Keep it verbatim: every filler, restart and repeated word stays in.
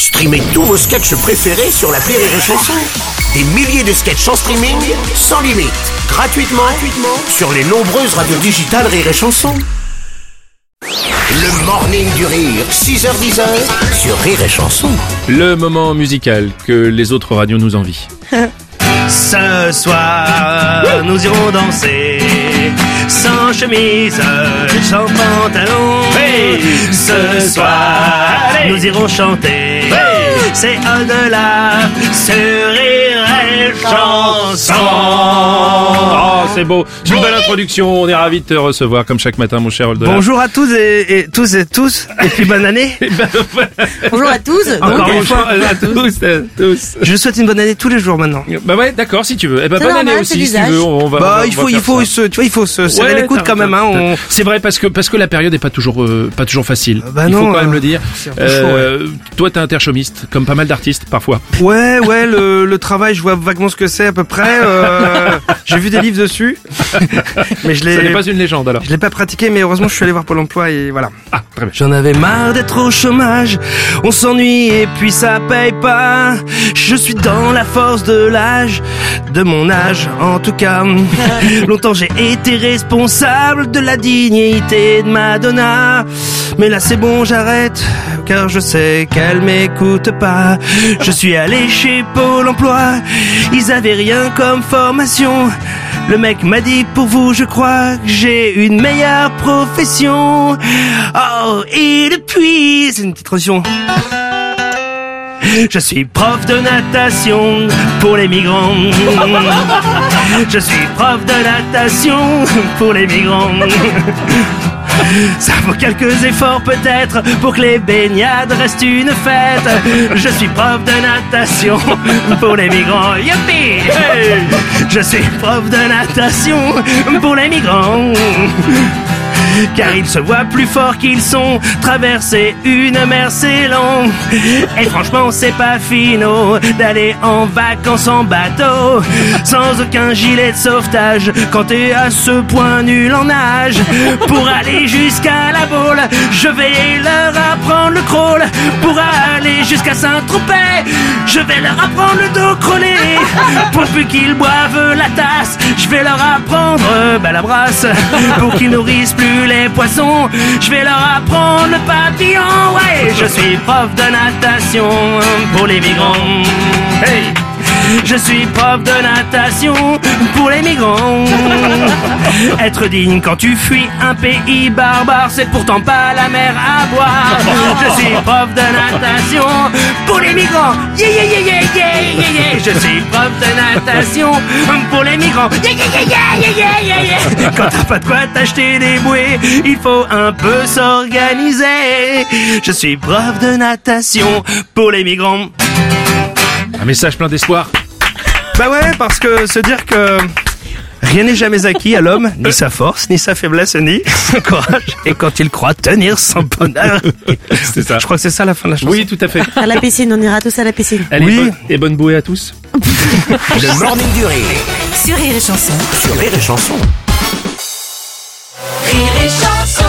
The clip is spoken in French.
Streamez tous vos sketchs préférés sur l'appli Rire et Chanson. Des milliers de sketchs en streaming, sans limite, gratuitement, gratuitement sur les nombreuses radios digitales Rire et Chanson. Le morning du rire, six heures dix sur Rire et Chanson. Le moment musical que les autres radios nous envient. Ce soir, nous irons danser sans chemise, sans pantalon. Hey, ce soir, allez, nous irons chanter. Hey, c'est au-delà sur Rire et Chanson. Oh, c'est beau. C'est une belle introduction. On est ravis de te recevoir comme chaque matin, mon cher Oldola. Bonjour à tous et, et tous et tous. Et puis bonne année. Bonjour à tous. Encore une fois, à tous, à tous. je souhaite une bonne année tous les jours maintenant. Bah ouais, d'accord, si tu veux. Eh ben, C'est bonne normal, année c'est aussi, si tu l'usage. veux. On va, on Bah, va- il on va faut, il faire faut, ça. se, tu vois, il faut se serrer Ouais, les coudes t'as- quand même, t'as- hein. t'as- On... C'est vrai parce que parce que la période est pas toujours euh, pas toujours facile. Bah il faut non, quand même euh, le dire. c'est un peu chaud, Euh, toi, t'es interchomiste, comme pas mal d'artistes parfois. Ouais, ouais, le, le travail, je vois vaguement ce que c'est à peu près. Euh, j'ai vu des livres dessus, mais je Ça n'est l'ai, pas une légende alors. je l'ai pas pratiqué. Mais heureusement, je suis allé voir Pôle Emploi et voilà. Ah, très bien. J'en avais marre d'être au chômage, on s'ennuie et puis ça paye pas. Je suis dans la force de l'âge, de mon âge en tout cas. Longtemps j'ai été responsable de la dignité de Madonna. Mais là c'est bon, j'arrête, car je sais qu'elle m'écoute pas. Je suis allé chez Pôle Emploi, ils avaient rien comme formation. Le mec m'a dit, pour vous, je crois que j'ai une meilleure profession. Oh, et depuis... C'est une petite transition. Je suis prof de natation pour les migrants. Je suis prof de natation pour les migrants. Ça vaut quelques efforts peut-être pour que les baignades restent une fête. Je suis prof de natation pour les migrants. Youpi! Hey! Je suis prof de natation pour les migrants. Car ils se voient plus forts qu'ils sont. Traverser une mer c'est long. Et franchement c'est pas finaux d'aller en vacances en bateau sans aucun gilet de sauvetage quand t'es à ce point nul en nage. Pour aller jusqu'à la Baule, je vais leur apprendre le crawl. Pour aller jusqu'à Saint-Tropez, je vais leur apprendre le dos crôlé. Pour plus qu'ils boivent la tasse, je vais leur apprendre euh, bah, la brasse. Pour qu'ils nourrissent plus les poissons, je vais leur apprendre le papillon. Ouais, je suis prof de natation pour les migrants. Hey, je suis prof de natation pour les migrants. Être digne quand tu fuis un pays barbare, c'est pourtant pas la mer à boire. Je suis prof de natation pour les migrants. Yeah yeah yeah yeah yeah yeah yeah. Je suis prof de natation pour les migrants. Yeah yeah yeah yeah yeah yeah yeah yeah. Quand t'as pas de quoi t'acheter des bouées, il faut un peu s'organiser. Je suis prof de natation pour les migrants. Un message plein d'espoir. Bah ouais, parce que se dire que rien n'est jamais acquis à l'homme, ni sa force, ni sa faiblesse, ni son courage. Et quand il croit tenir son bonheur. C'est ça. Je crois que c'est ça la fin de la chanson. Oui, tout à fait. À la piscine, on ira tous à la piscine. Allez, Oui. bonne- et bonne bouée à tous. Le morning du rire Sur Rire et Chanson. sur Rire et Chanson. Rire et Chanson.